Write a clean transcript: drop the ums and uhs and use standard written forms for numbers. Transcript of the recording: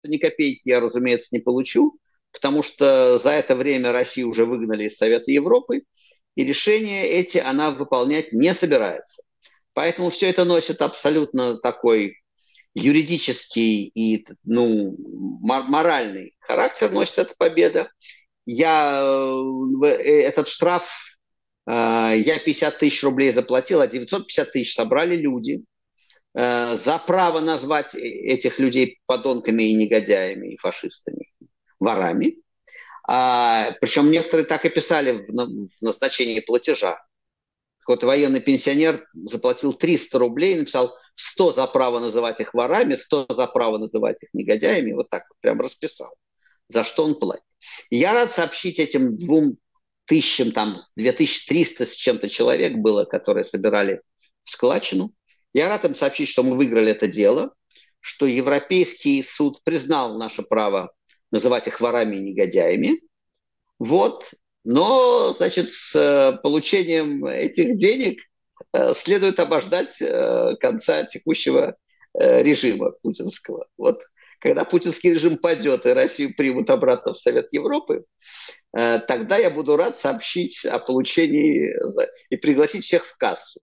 ни копейки я, разумеется, не получу, потому что за это время Россию уже выгнали из Совета Европы, и решения эти она выполнять не собирается. Поэтому все это носит абсолютно такой юридический и моральный характер, носит эта победа. Этот штраф, я 50 тысяч рублей заплатил, а 950 тысяч собрали люди за право назвать этих людей подонками и негодяями, и фашистами, ворами. Причем некоторые так и писали в назначении платежа. Вот военный пенсионер заплатил 300 рублей, написал 100 за право называть их ворами, 100 за право называть их негодяями, вот так вот прям расписал, за что он платит. И я рад сообщить этим 2000, там, 2300 с чем-то человек было, которые собирали в складчину. Я рад им сообщить, что мы выиграли это дело, что Европейский суд признал наше право называть их ворами и негодяями. Вот. Но, значит, с получением этих денег следует обождать конца текущего режима путинского. Вот когда путинский режим падет и Россию примут обратно в Совет Европы, тогда я буду рад сообщить о получении и пригласить всех в кассу.